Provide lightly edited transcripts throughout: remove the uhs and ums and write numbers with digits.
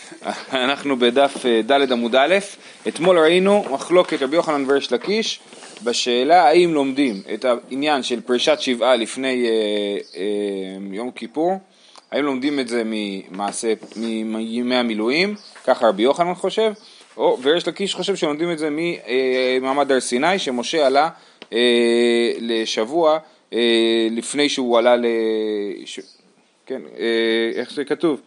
אנחנו בדף ד' עמוד א', אתמול ראינו מחלוקת רבי יוחנן וריש לקיש בשאלה האם לומדים את העניין של פרישת שבעה לפני יום כיפור, האם לומדים את זה מימי המילואים, ככה רבי יוחנן חושב, וריש לקיש חושב שלומדים את זה ממעמד הר סיני, שמשה עלה לשבוע לפני שהוא עלה כן, איך זה כתוב?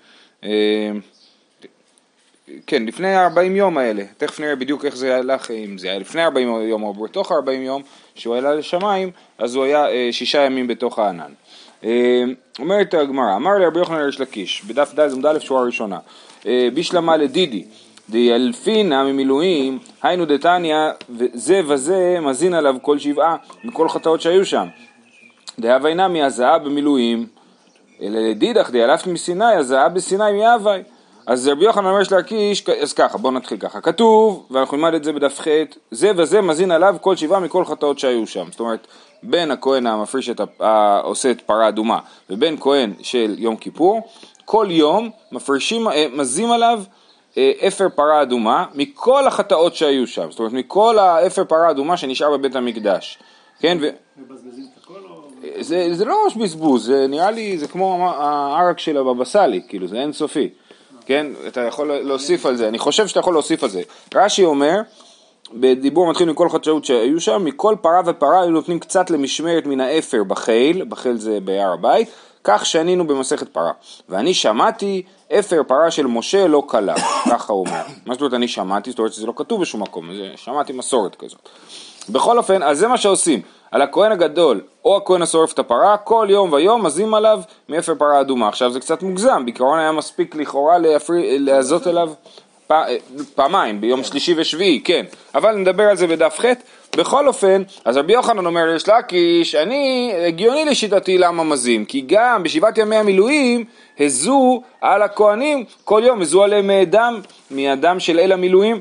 כן, לפני 40 יום האלה, תכף נראה בדיוק איך זה הלך, אם זה היה לפני 40 יום או בתוך 40 יום, שהוא עלה לשמיים, אז הוא היה 6 ימים בתוך הענן. אומרת הגמרא, אמר לי רבי יוחנן וריש לקיש, בדף ד' עמוד א' שורה ראשונה, בשלמה לדידי, דיאלפינה ממילואים, היינו דתניא, זה וזה מזין עליו כל שבעה, מכל חטאות שהיו שם. דהווי נמי הזעה במילואים, אלא לדידך דיאלפת מסיני, הזעה בסיני מהווי. אז רבי יוחנן וריש לקיש, אז ככה, בואו נתחיל ככה. כתוב, ואנחנו נלמד את זה בדף ח', זה וזה מזין עליו כל שבעה מכל חטאות שהיו שם. זאת אומרת, בין הכהן המפריש עושה את פרה אדומה, ובין כהן של יום כיפור, כל יום מזים עליו אפר פרה אדומה מכל החטאות שהיו שם. זאת אומרת, מכל האפר פרה אדומה שנשאר בבית המקדש. כן, מבזבזים את הכל או? זה לא ממש בזבוז, זה נראה לי, זה כמו הערק של הבבא סאלי, כאילו, זה אינסופי. כן, אתה יכול להוסיף על זה, אני חושב שאתה יכול להוסיף על זה. רש"י אומר, בדיבור מתחיל מכל חטאות שהיו שם, מכל פרה ופרה היו נותנים קצת למשמרת מן האפר בחיל, בחיל זה בהר הבית, כך שענינו במסכת פרה. ואני שמעתי אפר פרה של משה לא קלה, ככה הוא אומר. מה זאת אומרת אני שמעתי? זאת אומרת שזה לא כתוב בשום מקום, שמעתי מסורת כזאת. בכל אופן, אז זה מה שעושים. על הכהן הגדול או הכהן השורף את הפרה, כל יום ויום מזים עליו מאפר פרה אדומה. עכשיו זה קצת מוגזם, בעיקרון היה מספיק לכאורה לעזות אליו פעמיים, ביום שלישי ושביעי, כן. אבל נדבר על זה בדף ח'. בכל אופן, אז רבי יוחנן אומר לריש לקיש, אני הגיוני לשיטתי למה מזים, כי גם בשבעת ימי המילואים הזו על הכהנים, כל יום הזו עליהם מהדם של אל המילואים,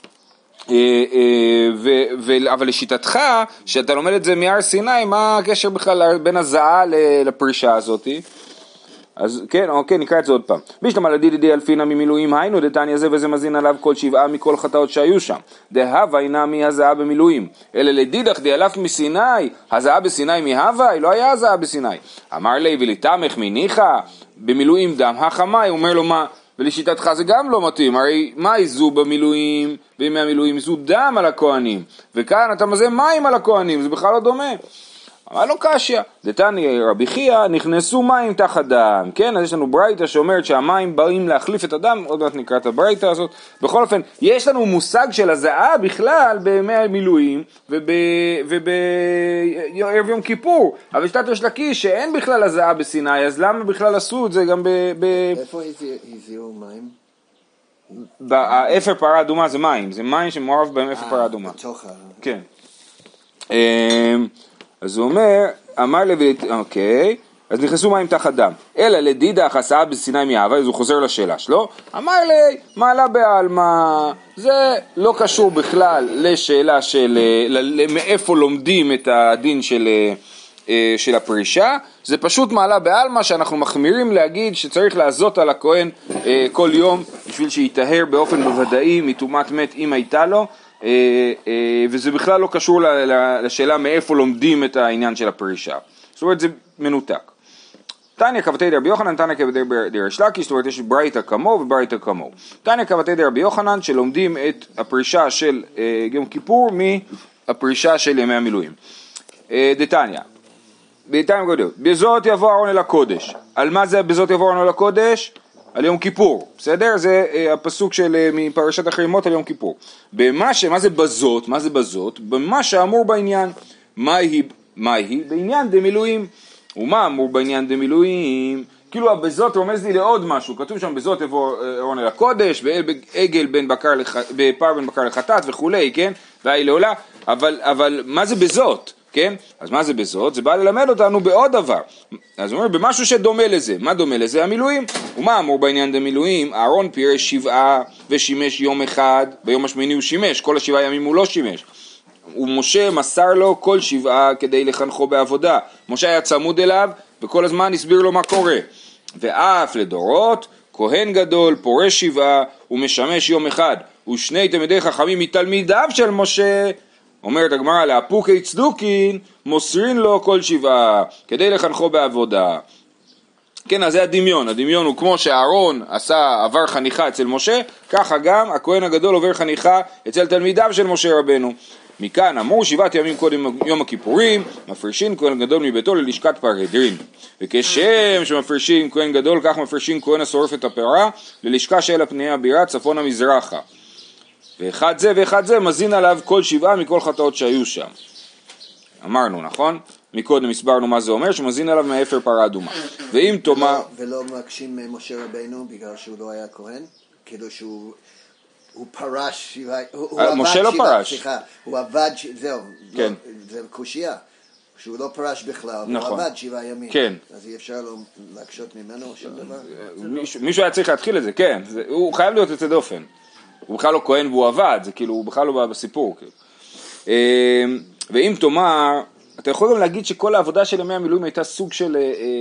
אבל לשיטתך, שאתה לומד את זה מהר סיני, מה הקשר בכלל בין הזעה לפרישה הזאת? אז כן, אוקיי, נקרא את זה עוד פעם. בשלמה לדידי אלפינה ממילואים, היינו דתניא זה וזה מזין עליו כל שבעה מכל חטאות שהיו שם. דהווי נמי הזעה במילואים. אלא לדידך דיאלף מסיני, הזעה בסיני מהווי, לא היה הזעה בסיני. אמר לי ולתמך מניחה, במילואים דם החמאי, אומר לו מה? ולשיטתך זה גם לא מתאים, הרי מה יזו במילואים, בימי המילואים יזו דם על הכהנים, וכאן אתה מזה מים על הכהנים, זה בכלל לא דומה. אמר לו קשיא, דתניא רבי חייא, נכנסו מים תחת דם, כן, אז יש לנו ברייתא שאומרת שהמים באים להחליף את הדם, עוד מעט נקרא את הברייתא הזאת, בכל אופן, יש לנו מושג של הזעה בכלל בימי המילואים, ובערב יום כיפור, אבל שיטת ריש לקיש שאין בכלל הזעה בסיני, אז למה בכלל עשו את זה גם איפה הזיעו מים? באפר פרה אדומה זה מים, זה מים שמעורב בהם אפר פרה אדומה. כן. אז הוא אומר, אמר לי, אוקיי, אז נכנסו מים תחת דם. אלא לדידך הסעה בסיני מהווי, אז הוא חוזר לשאלה שלו. אמר לי, מעלה בעלמא, זה לא קשור בכלל לשאלה של מאיפה לומדים את הדין של הפרישה. זה פשוט מעלה בעלמא שאנחנו מחמירים להגיד שצריך לעזות על הכהן כל יום בשביל שיטהר באופן בוודאי מטומאת מת אם הייתה לו. וזה בכלל לא קשור לשאלה מאיפה לומדים את העניין של הפרישה. זאת אומרת זה מנותק. תניא קבתי דרבי יוחנן, תניא קבתי דרבי ריש לקיש, זאת אומרת יש ברייתא כמוהו וברייתא כמוהו. תניא קבתי דרבי יוחנן שלומדים את הפרישה של יום כיפור מהפרישה של ימי המילואים. דתניא, בזאת יבוא אהרון אל הקודש. על מה זה בזאת יבוא אהרון אל הקודש? על יום כיפור, בסדר? זה הפסוק של מפרשת אחרי מות על יום כיפור. מה זה בזאת? מה זה בזאת? במה שאמור בעניין. מה היא? בעניין דמילואים. ומה אמור בעניין דמילואים? כאילו הבזאת רומז לי לעוד משהו. כתוב שם בזאת יבוא אהרון אל הקודש, ועגל בפר בין בקר לחטאת וכולי, כן? והיא לעולה. אבל מה זה בזאת? כן? אז מה זה בזאת? זה בא ללמד אותנו בעוד דבר. אז הוא אומר, במשהו שדומה לזה. מה דומה לזה? המילואים. ומה אמור בעניין דמילואים? אהרון פירש 7 ושימש יום אחד, ביום השמיני הוא שימש, כל 7 ימים הוא לא שימש. ומשה מסר לו כל 7 כדי לחנכו בעבודה. משה היה צמוד אליו, וכל הזמן הסביר לו מה קורה. ואף לדורות, כהן גדול, פורש שבעה ומשמש יום אחד, ושני תלמידי חכמים מתלמידיו של משה, אומרת הגמרא, לאפוקי צדוקין, מוסרין לו כל שבעה, כדי לחנכו בעבודה. כן, אז זה הדמיון. הדמיון הוא כמו שאהרון עבר חניכה אצל משה, ככה גם הכהן הגדול עובר חניכה אצל תלמידיו של משה רבנו. מכאן אמרו 7 ימים קודם יום הכיפורים, מפרישין כהן גדול מביתו ללשכת פרהדרין. וכשם שמפרישין כהן גדול, כך מפרישין כהן השורף את הפרה ללשכה של הפני הבירה צפונה מזרחה. ואחד זה ואחד זה מזין עליו כל 7 מכל חטאות שהיו שם. אמרנו, נכון? מקודם הסברנו מה זה אומר, שמזין עליו מאפר פרה אדומה. ואם תאמר... ולא מקשים משה רבנו בגלל שהוא לא היה כהן? כאילו שהוא פרש, משה לא פרש. סליחה, הוא עבד, זהו, כן. זה קושייה. שהוא לא פרש בכלל, נכון. הוא עבד 7 ימים. כן. אז אי אפשר לו להקשות ממנו שום דבר? מישהו היה צריך להתחיל את זה, כן. הוא חייב להיות יוצא דופן. הוא בכלל לא כהן והוא עבד, זה כאילו, הוא בכלל לא בסיפור. ואם תאמר, אתה יכול גם להגיד שכל העבודה של ימי המילואים הייתה סוג של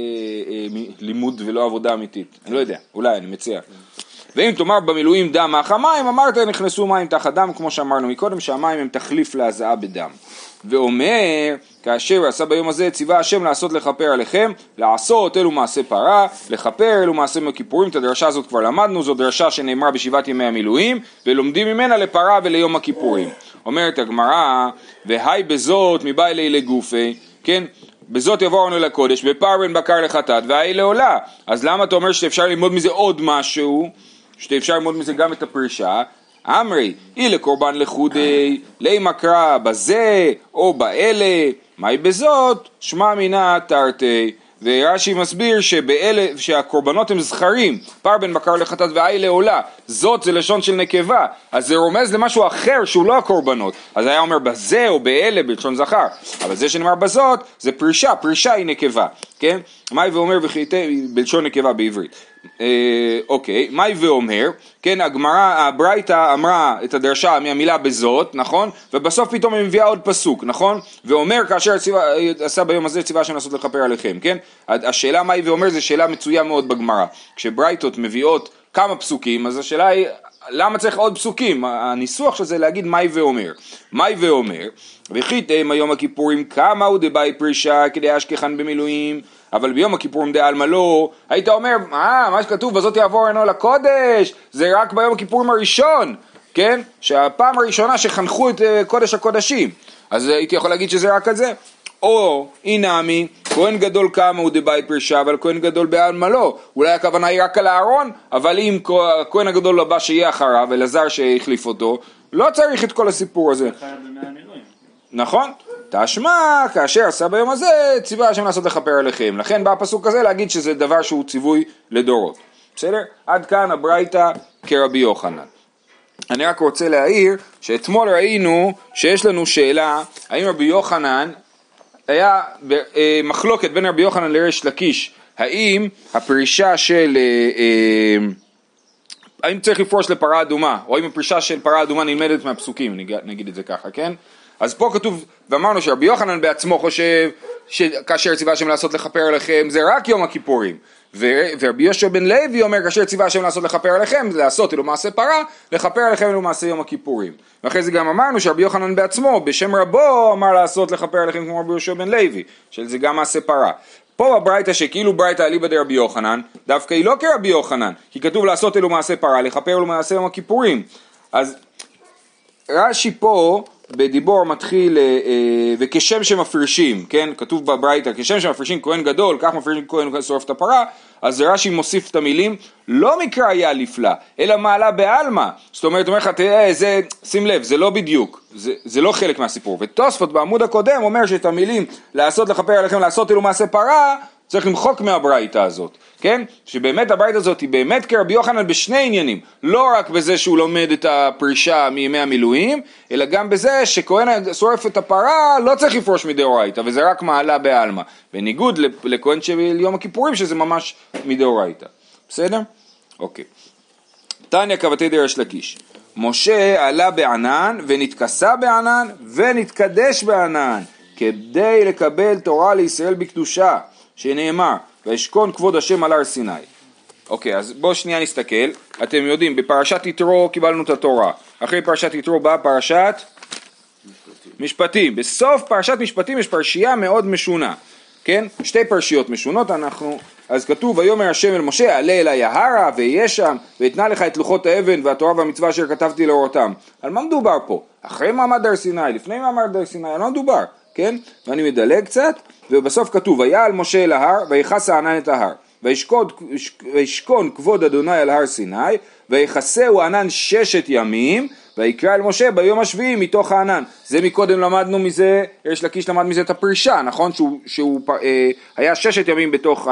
לימוד ולא עבודה אמיתית. אני לא יודע, אולי, אני מציע. ואם תאמר במילואים דם אך המים, אמרת נכנסו מים תחת דם, כמו שאמרנו מקודם, שהמים הם תחליף להזעה בדם. ואומר, כאשר עשה ביום הזה ציווה השם לעשות לכפר עליכם, לעשות אלו מעשה פרה, לכפר אלו מעשה מכיפורים. את הדרשה הזאת כבר למדנו, זו דרשה שנאמרה ב7 ימי המילואים, ולומדים ממנה לפרה וליום הכיפורים. אומרת הגמרא, והי בזאת מבא אלי לגופי, כן? בזאת יבואנו אל הקודש, בפר בן בקר לחטאת, והי לעולה. אז למה אתה אומר שאפשר ללמוד מזה עוד משהו? שאפשר ללמוד מזה גם את הפרישה? אמרי, אי לקורבן לחודי, לי מקרא בזה או באלה, מהי בזאת? שמע מינה תרתי. ורש"י מסביר שהקורבנות הם זכרים, פר בן בקר לחטאת והי לעולה, זאת זה לשון של נקבה, אז זה רומז למשהו אחר שהוא לא הקורבנות, אז היה אומר בזה או באלה בלשון זכר, אבל זה שנאמר בזאת זה פרישה, פרישה היא נקבה, כן? מאי ואומר וחייתי בלשון נקבה בעברית. אוקיי, מאי ואומר, כן, הגמרא, הברייתא אמרה את הדרשה מהמילה בזאת, נכון? ובסוף פתאום היא מביאה עוד פסוק, נכון? ואומר כאשר עשה ביום הזה ציווה השם לעשות לכפר עליכם, כן? השאלה מאי ואומר זה שאלה מצויה מאוד בגמרא. כשברייתות מביאות כמה פסוקים, אז השאלה היא למה צריך עוד פסוקים? הניסוח של זה להגיד מאי ואומר. מאי ואומר, וחיתם היום הכיפורים כמה הוא דבאי פרישה כדי אשכחן במילואים, אבל ביום הכיפורים דעלמא לא, היית אומר, מה שכתוב בזאת יעבור עינו לקודש, זה רק ביום הכיפורים הראשון, כן? שהפעם הראשונה שחנכו את קודש הקודשים, אז הייתי יכול להגיד שזה רק על זה. או אינמי, כהן גדול כמה הוא דבאי פרישה, אבל כהן גדול בעלמא לא, אולי הכוונה היא רק על הארון, אבל אם הכהן הגדול הבא שיהיה אחריו, אלעזר שהחליף אותו, לא צריך את כל הסיפור הזה. נכון? תשמע, כאשר עשה ביום הזה, ציווה השם לעשות לכפר עליכם. לכן בא הפסוק הזה להגיד שזה דבר שהוא ציווי לדורות. בסדר? עד כאן הברייתא כרבי יוחנן. אני רק רוצה להעיר שאתמול ראינו שיש לנו שאלה, האם רבי יוחנן, היה מחלוקת בין רבי יוחנן לריש לקיש, האם הפרישה של... האם צריך לפרוש לפרה אדומה, או האם הפרישה של פרה אדומה נלמדת מהפסוקים, נגיד את זה ככה, כן? אז פה כתוב, ואמרנו שרבי יוחנן בעצמו חושב שכאשר ציווה השם לעשות לכפר עליכם זה רק יום הכיפורים, ורבי יהושע בן לוי אומר כאשר ציווה השם לעשות לכפר עליכם זה לעשות אלו מעשה פרה, לכפר עליכם אלו מעשה יום הכיפורים. ואחרי זה גם אמרנו שרבי יוחנן בעצמו בשם רבו אמר לעשות לכפר עליכם כמו רבי יהושע בן לוי, שזה גם מעשה פרה. פה בברייתא שכאילו ברייתא אליבא דרבי יוחנן, דווקא היא לא כרבי יוחנן, כי כתוב לעשות אלו מעשה פרה, לכפר אלו מעשה יום הכיפורים. אז רש"י פה בדיבור מתחיל וכשם שמפרישים, כן? כתוב בברייתא, כשם שמפרישים כהן גדול, כך מפרישים כהן שורף את הפרה, אז רש"י מוסיף את המילים, לא מקרא היה לפלא, אלא מעלה בעלמא. זאת אומרת, אומר לך, שים לב, זה לא בדיוק, זה לא חלק מהסיפור. ותוספות בעמוד הקודם אומר שאת המילים, לעשות לכפר עליכם, לעשות אלו מעשה פרה, צריך למחוק מהברייתא הזאת, כן? שבאמת הברייתא הזאת היא באמת כרבי יוחנן בשני עניינים, לא רק בזה שהוא לומד את הפרישה מימי המילואים, אלא גם בזה שכהן שורף את הפרה לא צריך לפרוש מדאורייתא, וזה רק מעלה בעלמא, בניגוד לכהן של יום הכיפורים שזה ממש מדאורייתא. בסדר? אוקיי. תניא כבתי דריש לקיש. משה עלה בענן ונתכסה בענן ונתקדש בענן, כדי לקבל תורה לישראל בקדושה. שנאמר, וישכון כבוד השם על הר סיני. אוקיי, אז בואו שנייה נסתכל. אתם יודעים, בפרשת יתרו קיבלנו את התורה. אחרי פרשת יתרו באה פרשת משפטים. בסוף פרשת משפטים יש פרשייה מאוד משונה. כן? שתי פרשיות משונות אז כתוב, ויאמר השם אל משה, עלה אל היהרה ויהיה שם, ואתנה לך את לוחות האבן והתורה והמצווה אשר כתבתי לאורתם. על מה מדובר פה? אחרי מעמד הר סיני, לפני מעמד הר סיני, על מה מדובר? כן? ואני מדלג קצת, ובסוף כתוב, ויעל משה אל ההר, ויחס הענן את ההר, וישכון כבוד אדוני על הר סיני, ויחסהו הענן 6 ימים, ויקרא אל משה ביום השביעי מתוך הענן. זה מקודם למדנו מזה, יש לקיש למד מזה את הפרישה, נכון? שהוא היה 6 ימים בתוך,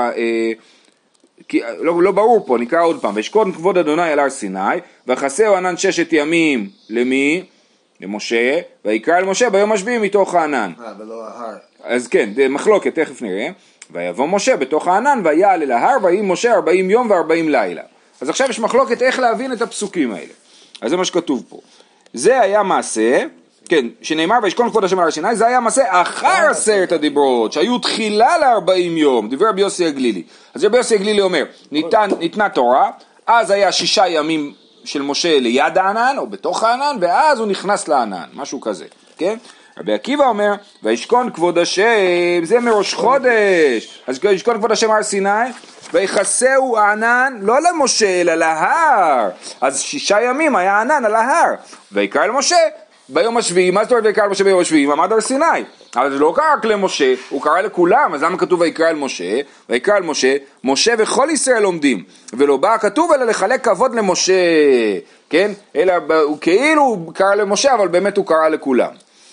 לא ברור פה, נקרא עוד פעם, וישכון כבוד אדוני על הר סיני, ויחסהו הענן 6 ימים, למי? למשה, ויקרא אל משה ביום השביעי מתוך הענן. ולא ההר. אז כן, זה מחלוקת, תכף נראה. ויבוא משה בתוך הענן, ויעל אל ההר, ויהי משה 40 יום ו40 לילה. אז עכשיו יש מחלוקת איך להבין את הפסוקים האלה. אז זה מה שכתוב פה. זה היה מעשה, כן, שנאמר וישכון כבוד השם על הר סיני, זה היה מעשה אחר 10 הדיברות, שהיו תחילה ל40 יום, דיבר רבי יוסי הגלילי. אז רבי יוסי הגלילי אומר, ניתנה תורה, אז היה 6 ימים של משה ליד הענן, או בתוך הענן, ואז הוא נכנס לענן, משהו כזה, כן? רבי עקיבא אומר, וישכון כבוד השם, זה מראש חודש, אז וישכון כבוד השם על הר סיני, ויחסהו הענן לא למשה אלא להר, אז 6 ימים היה הענן על ההר, ויקרא אל משה ביום השביעי. מה זאת אומרת ויקרא אל משה ביום השביעי? מעמד הר סיני, אבל זה לא קרא רק למשה, הוא קרא לכולם. אז למה כתוב ויקרא אל משה? ויקרא אל משה, משה וכל ישראל עומדים, ולא בא כתוב אלא לחלק כבוד למשה, כן? אלא הוא כאילו קרא למשה, אבל באמת הוא קרא לכולם.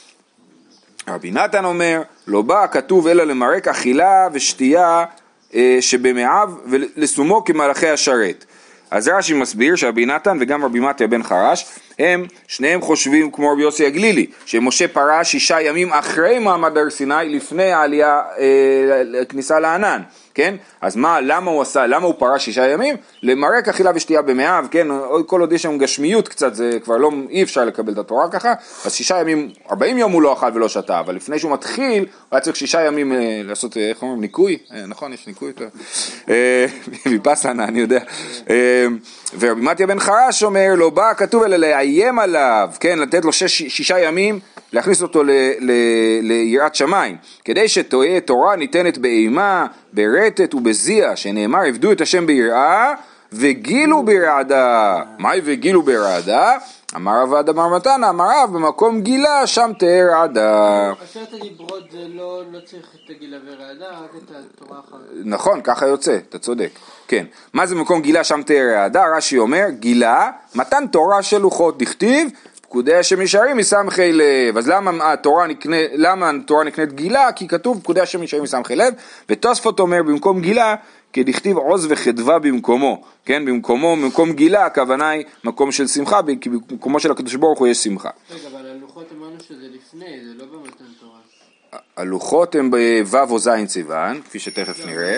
רבי נתן אומר, לא בא כתוב אלא למרק אכילה ושתייה שבמעיו ולסומו כמלאכי השרת. אז רש"י מסביר שרבי נתן וגם רבי מתיה בן חרש הם שניהם חושבים כמו רבי יוסי הגלילי, שמשה פרש 6 ימים אחרי מעמד הר סיני, לפני העלייה לכניסה לענן, כן? אז למה הוא פרש 6 ימים? למרק אכילה ושתייה במעיו, כן? כל עוד יש שם גשמיות קצת, זה כבר לא, אי אפשר לקבל את התורה ככה, אז 6 ימים, 40 יום הוא לא אכל ולא שתה, אבל לפני שהוא מתחיל, הוא היה צריך 6 ימים לעשות, איך אומרים, ניקוי? נכון, יש ניקוי יותר. ויפאסנה, אני יודע. ורבי מתיה בן חרש אומר, לא בא כתוב אלא לאיים עליו, כן, לתת לו 6 ימים, להכניס אותו ליראת שמיים, כדי שתהיה תורה ניתנת באימה, ברטט ובזיע, שנאמר עבדו את השם ביראה וגילו ברעדה. מהי וגילו ברעדה? אמר רבד אמר מתנה, אמר רב במקום גילה שם תהיה רעדה. 10 הדיברות זה לא צריך את הגילה ורעדה, רק את התורה אחת. נכון, ככה יוצא, אתה צודק. כן. מה זה מקום גילה שם תהיה רעדה? רש"י אומר, גילה, מתן תורה של לוחות, דכתיב, פקודי השם ישרים מסמכי לב. אז למה התורה נקנית גילה? כי כתוב פקודי השם ישרים מסמכי לב, ותוספות אומר במקום גילה, כי דכתיב עוז וחדווה במקומו, כן? במקום גילה, הכוונה היא מקום של שמחה, כי במקומו של הקדוש ברוך הוא יש שמחה. רגע, אבל הלוחות אמרנו שזה לפני, זה לא במתן תורה. הלוחות הם בו' או ז' סיוון, כפי שתכף נראה.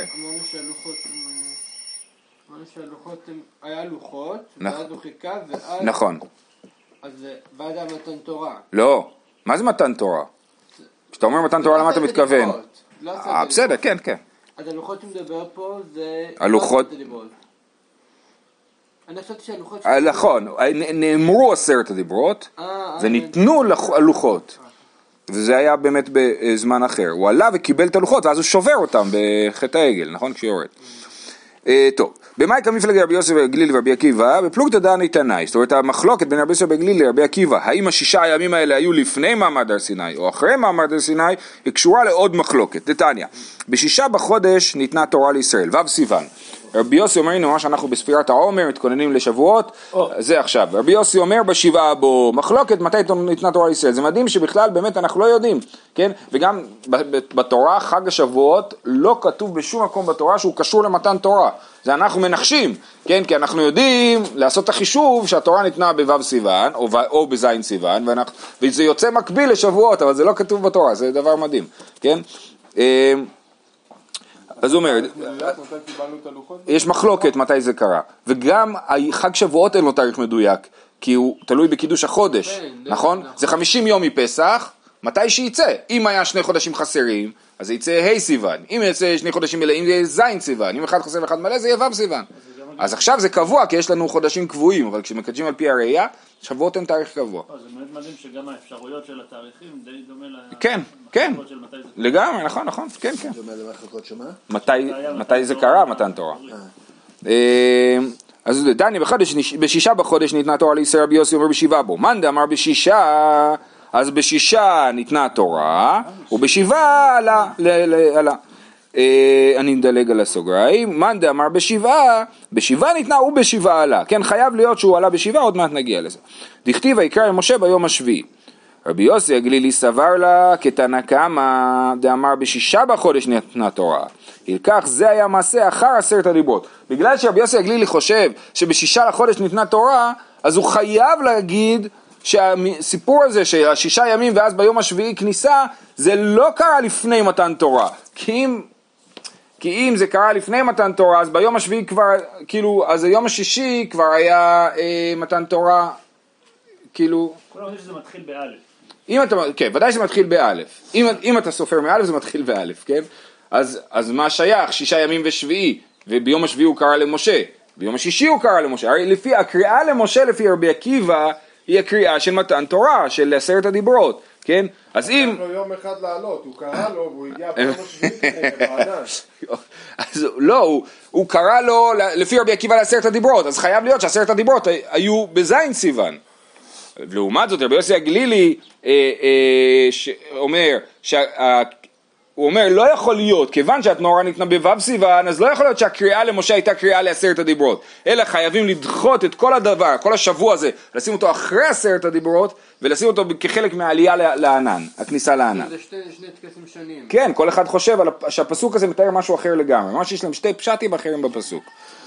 אמרנו שהלוחות היה לוחות, ואז הוא חיכה, ואז... נכון. אז ועד המתן תורה. לא, מה זה מתן תורה? כשאתה אומר מתן תורה, למה אתה מתכוון? בסדר, כן, כן. אז הלוחות שמדבר פה זה... הלוחות... אני חושבת שהלוחות... נכון, נאמרו 10 הדיברות, וניתנו הלוחות. וזה היה באמת בזמן אחר. הוא עלה וקיבל את הלוחות, ואז הוא שובר אותם בחטא העגל, נכון? כשיורד. טוב, במאי כמפלגי רבי יוסי הגלילי ורבי עקיבא, בפלוגתא דני תנאי. זאת אומרת, המחלוקת בין רבי יוסי הגלילי לרבי עקיבא, האם 6 הימים האלה היו לפני מעמד הר סיני או אחרי מעמד הר סיני, היא קשורה לעוד מחלוקת. דתניא, ב6 בחודש ניתנה תורה לישראל, ו' סיוון. רבי יוסי אומר, הנה ממש אנחנו בספירת העומר, מתכוננים לשבועות, זה עכשיו. רבי יוסי אומר ב7 בו, מחלוקת מתי ניתנה תורה לישראל. זה מדהים שבכלל באמת אנחנו לא יודעים, כן? וגם בתורה, חג השבועות, לא כתוב בשום מקום בתורה שהוא קשור למתן תורה. זה אנחנו מנחשים, כן? כי אנחנו יודעים לעשות את החישוב שהתורה ניתנה בו' סיוון, או בז' סיוון, וזה יוצא מקביל לשבועות, אבל זה לא כתוב בתורה, זה דבר מדהים, כן? אז הוא אומר, יש מחלוקת מתי זה קרה, וגם חג שבועות אין לו תאריך מדויק, כי הוא תלוי בקידוש החודש, נכון? זה 50 יום מפסח, מתי שייצא. אם היה 2 חודשים חסרים, אז זה יצא ה' סיוון. אם יצא 2 חודשים מלאים, זה יהיה ז' סיוון. אם אחד חסר ואחד מלא, זה יהיה ו' סיוון. זה גם מה אז עכשיו זה קבוע, כי יש לנו חודשים קבועים, אבל כשמקדשים על פי הראייה, שבועות אין תאריך קבוע. זה באמת מדהים שגם האפשרויות של התאריכים די דומה כן, כן, של מתי זה... לגמרי, נכון, כן, כן. דומה למחלקות שמה? מתי זה קרה, מתן תורה. אז דני, בשישה בחודש ניתנה תורה לישראל, רבי יוסי אומר בשבעה בו. מאן דאמר בשישה, אז בשישה ניתנה תורה, ובשבעה עלה. אני מדלג על הסוגריים. מאן דאמר בשבעה ניתנה ובשבעה עלה. כן, חייב להיות שהוא עלה בשבעה, עוד מעט נגיע לזה. דכתיב ויקרא למשה ביום השביעי. רבי יוסי הגלילי סבר לה כתנא קמא דאמר בשישה בחודש ניתנה תורה. כך זה היה מעשה אחר 10 הדיברות. בגלל שרבי יוסי הגלילי חושב שבשישה לחודש ניתנה תורה, אז הוא חייב להגיד שהסיפור הזה של 6 ימים ואז ביום השביעי כניסה, זה לא קרה לפני מתן תורה. כי אם זה קרה לפני מתן תורה, אז ביום השביעי כבר, כאילו, אז היום השישי כבר היה מתן תורה, כאילו... כולם יודעים שזה מתחיל באלף. כן, ודאי שזה מתחיל באלף. אם אתה סופר מאלף, זה מתחיל באלף, כן? אז מה שייך? 6 ימים ושביעי, וביום השביעי הוא קרא למשה, ביום השישי הוא קרא למשה. הרי לפי הקריאה למשה, לפי רבי עקיבא, היא הקריאה של מתן תורה, של 10 הדיברות, כן? אז אם... לו יום אחד לעלות, הוא קרא לו, והוא הגיע ביום השביעי כנראה, אז לא, הוא קרא לו, לפי רבי עקיבא ל10 הדיברות, אז חייב להיות ש10 הדיברות היו בזין סיוון. לעומת זאת, רבי יוסי הגלילי אומר, הוא אומר, לא יכול להיות, כיוון שהתורה ניתנה בו' סיוון, אז לא יכול להיות שהקריאה למשה הייתה קריאה ל10 הדיברות, אלא חייבים לדחות את כל הדבר, כל השבוע הזה, לשים אותו אחרי 10 הדיברות, ולשים אותו כחלק מהעלייה לענן, הכניסה לענן. זה שני טקסים שונים. כן, כל אחד חושב שהפסוק הזה מתאר משהו אחר לגמרי, ממש יש להם 2 פשטים אחרים בפסוק.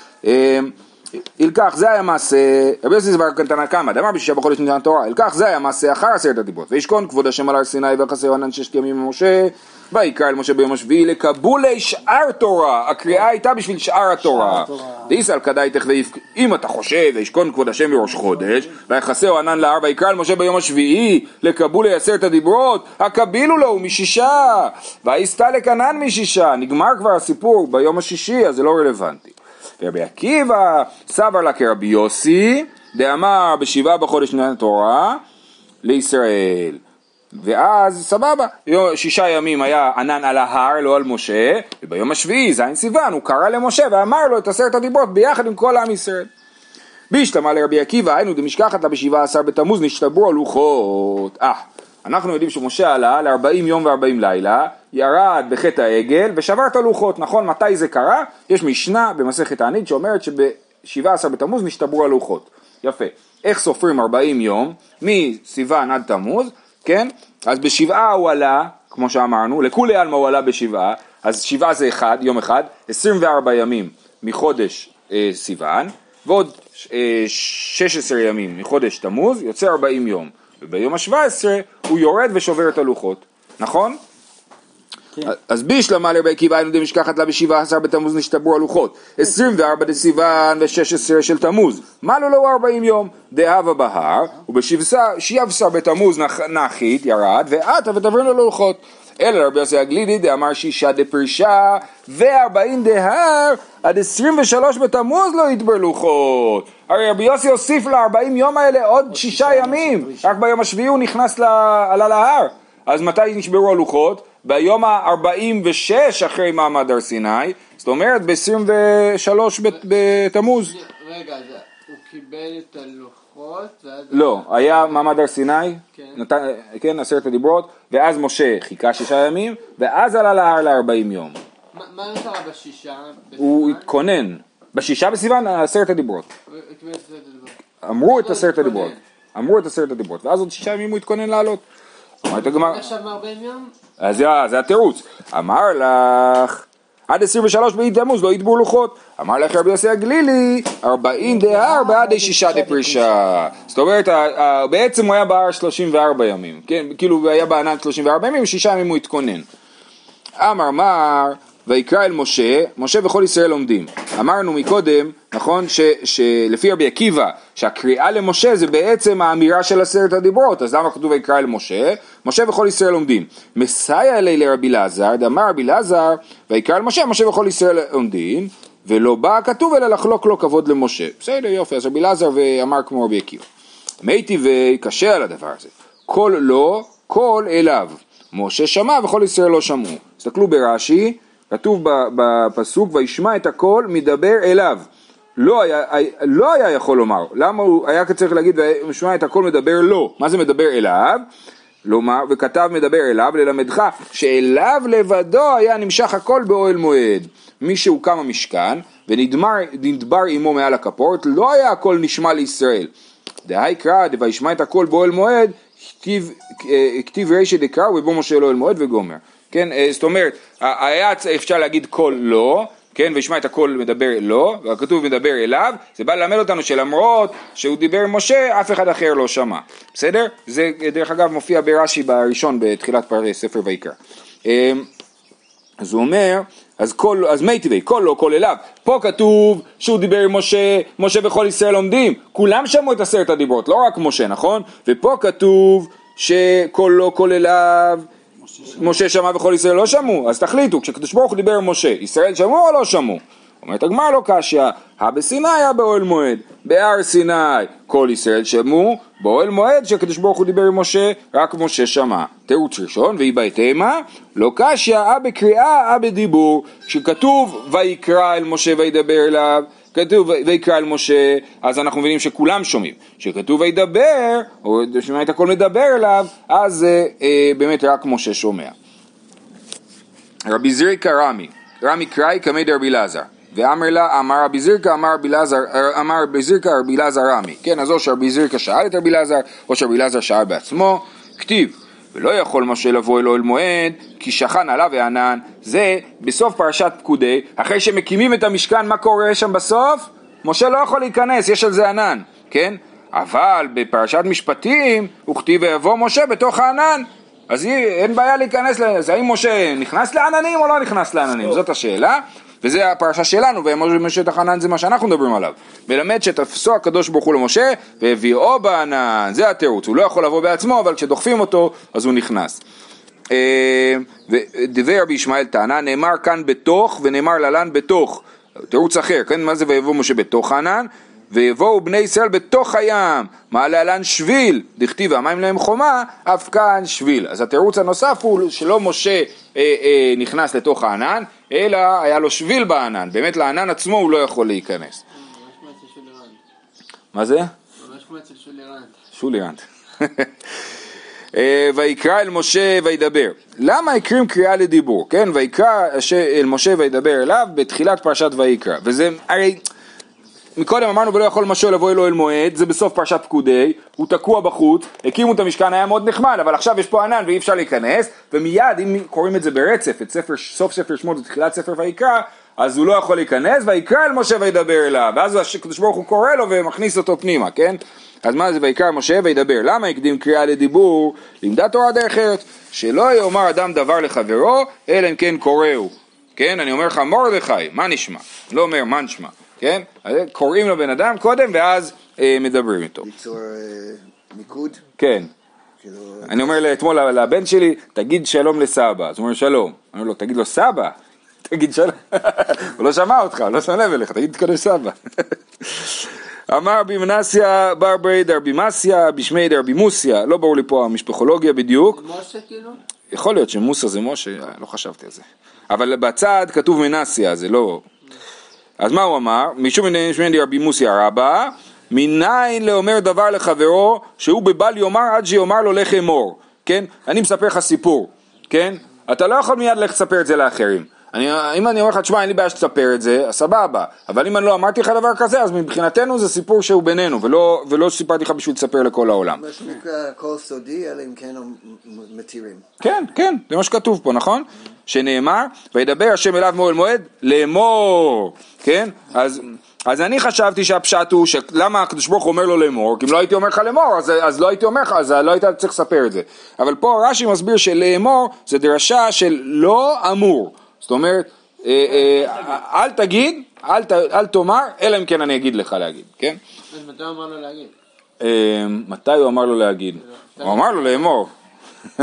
אלקח זה היה מעשה, רבי יוסי סבר תנא קמא דאמר בשישה בחודש ניתנה תורה, אלקח זה היה מעשה אחר 10 הדיברות, וישכון כבוד השם על הר סיני ויחסהו ענן 6 ימים ממשה, ויקרא אל משה ביום השביעי לקבולי שאר תורה. הקריאה הייתה בשביל שאר התורה. דאיסל כדאיתך, אם אתה חושב וישכון כבוד השם בראש חודש ויחסהו ענן להר, ויקרא אל משה ביום השביעי לקבולי 10 הדיברות, הקבילו לו משישה ויסתלק ענן משישה. נגמר כבר הסיפור ביום השישי, אז זה לא רלוונטי. ורבי עקיבא סבר לה כרבי יוסי דאמר בשבעה בחודש ניתנה תורה לישראל, ואז סבבה, 6 ימים היה ענן על ההר, לא על משה, וביום השביעי זין סיוון הוא קרא למשה ואמר לו את 10 הדיברות ביחד עם כל עם ישראל. בהשתמע לרבי עקיבא היינו דמשכחת לה ב17 בתמוז נשתברו הלוחות. אנחנו יודעים שמשה עלה ל40 יום ו40 לילה, ירד בחטא העגל ושבר את הלוחות. נכון, מתי זה קרה? יש משנה במסכת תענית שאומרת שב17 בתמוז נשתברו הלוחות. יפה. איך סופרים 40 יום? מסיוון עד תמוז, כן? אז בשבעה הוא עלה, כמו שאמרנו, לכולי עלמא הוא עלה בשבעה, אז 7 זה יום אחד, 24 ימים מחודש סיוון, ועוד 16 ימים מחודש תמוז, יוצא 40 יום. וביום ה-17 הוא יורד ושובר את הלוחות, נכון? כן. אז בישלמה לרבי עקיבא היינו דמשכחת לה ב17 בתמוז נשתברו הלוחות, 24 דסיוון ו16 של תמוז, מעלו לו 40 יום, דהבה בהר, וב17 בתמוז נחית ירד, ועתה ותברנו ללוחות. אלא רבי יוסי הגלילי דאמר 6 דפרישה ו40 דהר, עד 23 בתמוז לא ידבר לוחות. הרי רבי יוסי הוסיף ל40 יום האלה עוד 6 ימים, רק ביום השביעי הוא נכנס עלה להר. אז מתי נשברו הלוחות? ביום ה-46 אחרי מעמד הר סיני, זאת אומרת ב-23 בתמוז. רגע, הוא קיבל את הלוחות? לא, היה מעמד הר סיני, כן, 10 הדיברות, ואז משה חיכה 6 ימים, ואז עלה להר ל40 יום. מה נשאר בשישה? הוא התכונן. ב6 בסיוון 10 הדיברות. אמרו את 10 הדיברות. אמרו את 10 הדיברות, ואז עוד 6 ימים הוא התכונן לעלות. עכשיו מ40 יום? אז זה התירוץ. אמר לך, עד 23 בתמוז לא ידברו לוחות. אמר לך רבי יוסי הגלילי, 40 דהר בעד 6 דפרישה. זאת אומרת, בעצם הוא היה בהר 34 ימים. כן, כאילו הוא היה בענן 34 ימים, 6 ימים הוא התכונן. אמר מר, ויקרא אל משה, משה וכל ישראל עומדים. אמרנו מקודם, נכון, שלפי רבי עקיבא, שהקריאה למשה זה בעצם האמירה של 10 הדיברות, אז למה כתוב ויקרא אל משה? משה וכל ישראל עומדים. מסייע אלי לרבי אלעזר, דאמר רבי אלעזר, ויקרא אל משה, משה וכל ישראל עומדים, ולא בא הכתוב אלא לחלוק לו כבוד למשה. בסדר, יופי, אז רבי אלעזר ואמר כמו רבי עקיבא. מייתי וקשה על הדבר הזה. כל לא, כל אליו. משה שמע וכל ישראל לא שמעו. תסתכלו ברש"י, כתוב בפסוק וישמע את הכל מדבר אליו. לא היה יכול לומר. למה הוא היה צריך להגיד וישמע את הכל מדבר לא? מה זה מדבר אליו? לומר, וכתב מדבר אליו ללמדך שאליו לבדו היה נמשך הכל באוהל מועד. מי שהוקם המשכן ונדבר עמו מעל הכפורת, לא היה הכל נשמע לישראל. דהי קרא וישמע את הכל באוהל מועד, כתיב רישא דקרא ובו משה לאוהל מועד וגומר. כן, זאת אומרת, היה אפשר להגיד כל לא, כן, וישמע את הכל מדבר לא, והכתוב מדבר אליו, זה בא ללמד אותנו שלמרות שהוא דיבר עם משה, אף אחד אחר לא שמע. בסדר? זה דרך אגב מופיע ברש"י בראשון בתחילת ספר ויקרא. אז הוא אומר, אז מי טבעי, כל לא, כל אליו. פה כתוב שהוא דיבר עם משה, משה וכל ישראל עומדים. כולם שמעו את 10 הדיברות, לא רק משה, נכון? ופה כתוב שכל לא, כל אליו, משה שמע וכל ישראל לא שמעו. אז תחליטו, כשקדוש ברוך הוא דיבר עם משה, ישראל שמעו או לא שמעו? אומרת הגמרא לא קשיא, בסיני היה באוהל מועד, בהר סיני כל ישראל שמעו, באוהל מועד שקדוש ברוך הוא דיבר עם משה, רק משה שמע. תירוץ ראשון, והיא בהתאמה, לא קשיא, בקריאה, בדיבור, כשכתוב ויקרא אל משה וידבר אליו, כתוב ויקרא אל משה, אז אנחנו מבינים שכולם שומעים. כשכתוב וידבר, או שומע את הכל מדבר אליו, אז באמת רק משה שומע. רבי זריקה רמי קראי כמי דרבי אלעזר. ואמר לה, אמר רבי זריקה, אמר רבי זריקה, רבי אלעזר רמי. כן, אז או שרבי זריקה שאל את רבי אלעזר, או שרבי אלעזר שאל בעצמו. כתיב, ולא יכול משה לבוא אל אוהל מועד, כי שכן עליו הענן. זה בסוף פרשת פקודי, אחרי שמקימים את המשכן, מה קורה שם בסוף? משה לא יכול להיכנס, יש על זה ענן, כן? אבל בפרשת משפטים, הוא כתיב ויבוא משה בתוך הענן. אז אין בעיה להיכנס לזה, האם משה נכנס לעננים או לא נכנס לעננים? זאת השאלה. וזה הפרשה שלנו, ומשה תחנן זה מה שאנחנו מדברים עליו. מלמד שתפסו הקדוש ברוך הוא למשה, והביאו בענן, זה התירוץ, הוא לא יכול לבוא בעצמו, אבל כשדוחפים אותו, אז הוא נכנס. ודבר רבי ישמעאל טענה, נאמר כאן בתוך, ונאמר ללן בתוך. תירוץ אחר, כן, מה זה ויבוא משה בתוך הענן? ויבואו בני ישראל בתוך הים, מעלה עלן שביל, דכתיב המים להם חומה, אף כאן שביל. אז התירוץ הנוסף הוא שלא משה נכנס לתוך הענן, אלא היה לו שביל בענן, באמת לענן עצמו הוא לא יכול להיכנס. מה זה? ממש כמו אצל שולירנט. ויקרא אל משה וידבר. למה הקרים קריאה לדיבור? כן, ויקרא אל משה וידבר אליו בתחילת פרשת ויקרא. וזה הרי מקודם אמרנו ולא יכול משה לבוא אל אוהל מועד, זה בסוף פרשת פקודי, הוא תקוע בחוץ, הקימו את המשכן, היה מאוד נחמד, אבל עכשיו יש פה ענן ואי אפשר להיכנס, ומיד אם קוראים את זה ברצף, את סוף ספר שמות ותחילת ספר ויקרא, אז הוא לא יכול להיכנס, ויקרא אל משה וידבר אליו, ואז הקדוש ברוך הוא קורא לו ומכניס אותו פנימה, כן? אז מה זה ויקרא משה וידבר? למה הקדים קריאה לדיבור? לימדה תורה דרך ארץ, שלא יאמר אדם דבר לחברו, אלא אם כן קוראו, כן? אני אומר לך מרדכי, מה נשמע? לא אומר מה נשמע. כן? קוראים לו בן אדם קודם ואז מדברים איתו. ליצור מיקוד? כן. אני אומר אתמול לבן שלי, תגיד שלום לסבא. אז הוא אומר שלום. אני אומר לו, תגיד לו סבא. תגיד שלום. הוא לא שמע אותך, הוא לא שם לב אליך, תגיד קודם סבא. אמר רבי מנסיה בר ברי דרבי מסיה בשמי דרבי מוסיה. לא ברור לי פה המשפחולוגיה בדיוק. משה כאילו? יכול להיות שמוסה זה משה, לא חשבתי על זה. אבל בצד כתוב מנסיה, זה לא... אז מה הוא אמר? משום שמי רבי מוסיה רבא, מניין לאומר דבר לחברו, שהוא בבל יאמר עד שיאמר לו לך אמור, כן? אני מספר לך סיפור, כן? אתה לא יכול מיד לך לספר את זה לאחרים. אם אני אומר לך, תשמע, אין לי בעיה שתספר את זה, אז סבבה. אבל אם אני לא אמרתי לך דבר כזה, אז מבחינתנו זה סיפור שהוא בינינו, ולא סיפרתי לך בשביל לספר לכל העולם. מה שנקרא הכל סודי, אלא אם כן מתירים. כן, כן, זה מה שכתוב פה, נכון? שנאמר, וידבר השם אליו מאוהל מועד, לאמור, כן? אז אני חשבתי שהפשט הוא, למה הקדוש ברוך הוא אומר לו לאמור? כי אם לא הייתי אומר לך לאמור, אז לא הייתי אומר לך, אז לא היית צריך לספר את זה. אבל פה רש"י מסביר שלאמור זה דרשה של לא אמור. זאת אומרת, אל תגיד, אל תאמר, אלא אם כן אני אגיד לך להגיד, כן? אז מתי הוא אמר לו להגיד? מתי הוא אמר לו להגיד? הוא אמר לו לאמור.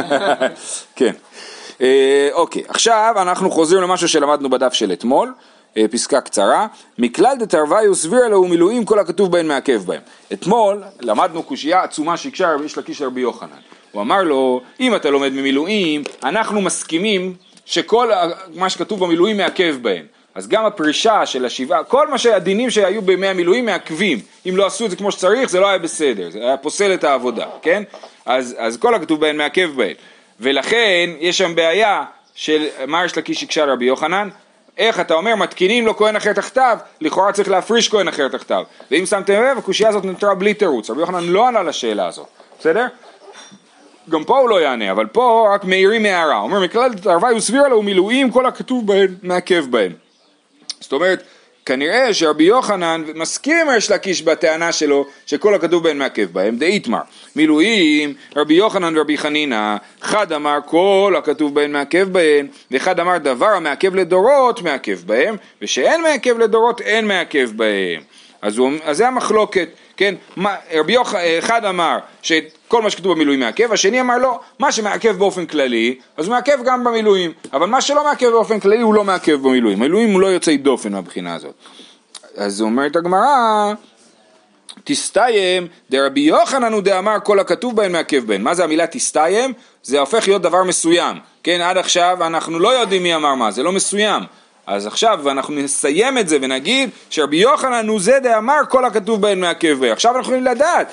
כן. אוקיי, עכשיו אנחנו חוזרים למשהו שלמדנו בדף של אתמול. פסקה קצרה, מכלל דתרוויו סבירה לו מילואים כל הכתוב בהן מעכב בהם. אתמול למדנו קושייה עצומה שהקשה יש לקיש לרבי יוחנן. הוא אמר לו, אם אתה לומד ממילואים, אנחנו מסכימים שכל מה שכתוב במילואים מעכב בהם. אז גם הפרישה של השבעה, כל מה שהדינים שהיו בימי המילואים מעכבים. אם לא עשו את זה כמו שצריך, זה לא היה בסדר, זה היה פוסל את העבודה, כן? אז כל הכתוב בהן מעכב בהם. ולכן יש שם בעיה של מה יש לקיש הקשה לרבי יוחנן, איך אתה אומר מתקינים לו כהן אחר תחתיו, לכאורה צריך להפריש כהן אחר תחתיו. ואם שמתם לב, הקושייה הזאת נותרה בלי תירוץ, רבי יוחנן לא ענה לשאלה הזאת, בסדר? גם פה הוא לא יענה, אבל פה רק מאירים מהערה, הוא אומר מכלל דתרוויו סבירה לו מילואים כל הכתוב בהן מעכב בהם. זאת אומרת, כנראה שרבי יוחנן מסכים עם ריש לקיש בטענה שלו שכל הכתוב בהן מעכב בהם, דאיתמר מילואים רבי יוחנן ורבי חנינא, אחד אמר כל הכתוב בהן מעכב בהן, ואחד אמר דבר המעכב לדורות מעכב בהם, ושאין מעכב לדורות אין מעכב בהם. אז זה המחלוקת, כן? אחד אמר שכל מה שכתוב במילואים מעכב, השני אמר לא, מה שמעכב באופן כללי, אז הוא מעכב גם במילואים, אבל מה שלא מעכב באופן כללי הוא לא מעכב במילואים, המילואים הוא לא יוצא דופן מהבחינה הזאת. אז אומרת הגמרא, תסתיים, דרבי יוחנן הוא דאמר כל הכתוב בהן מעכב בהן. מה זה המילה תסתיים? זה הופך להיות דבר מסוים, כן? עד עכשיו אנחנו לא יודעים מי אמר מה, זה לא מסוים. אז עכשיו אנחנו נסיים את זה ונגיד שרבי יוחנן הוא זה דאמר כל הכתוב בהן מעכב בהן. עכשיו אנחנו יכולים לדעת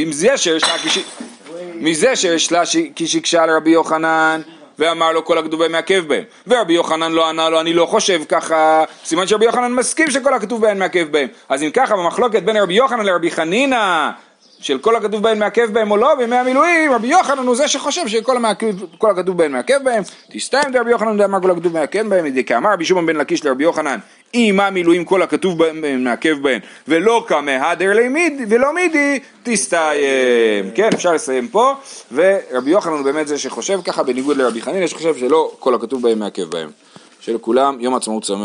מזה שיש לה כשקשה לרבי יוחנן ואמר לו כל הכתוב בהן מעכב בהן, ורבי יוחנן לא ענה לו אני לא חושב ככה, סימן שרבי יוחנן מסכים שכל הכתוב בהן מעכב בהן. אז אם ככה במחלוקת בין רבי יוחנן לרבי חנינא של כל הכתוב בהן מעכב בהם או לא, בימי המילואים, רבי יוחנן הוא זה שחושב שכל הכתוב בהן מעכב בהם, תסתיים דרבי יוחנן דאמר כל הכתוב מעכב בהם, כאמר רבי שמעון בן לקיש לרבי יוחנן, אם המילואים כל הכתוב בהן מעכב בהם, ולא כמהדר ולא מידי, תסתיים. כן, אפשר לסיים פה, ורבי יוחנן הוא באמת זה שחושב ככה, בניגוד לרבי חנינא שחושב שלא כל הכתוב בהן מעכב בהם. שלכולם יום עצמאות שמח.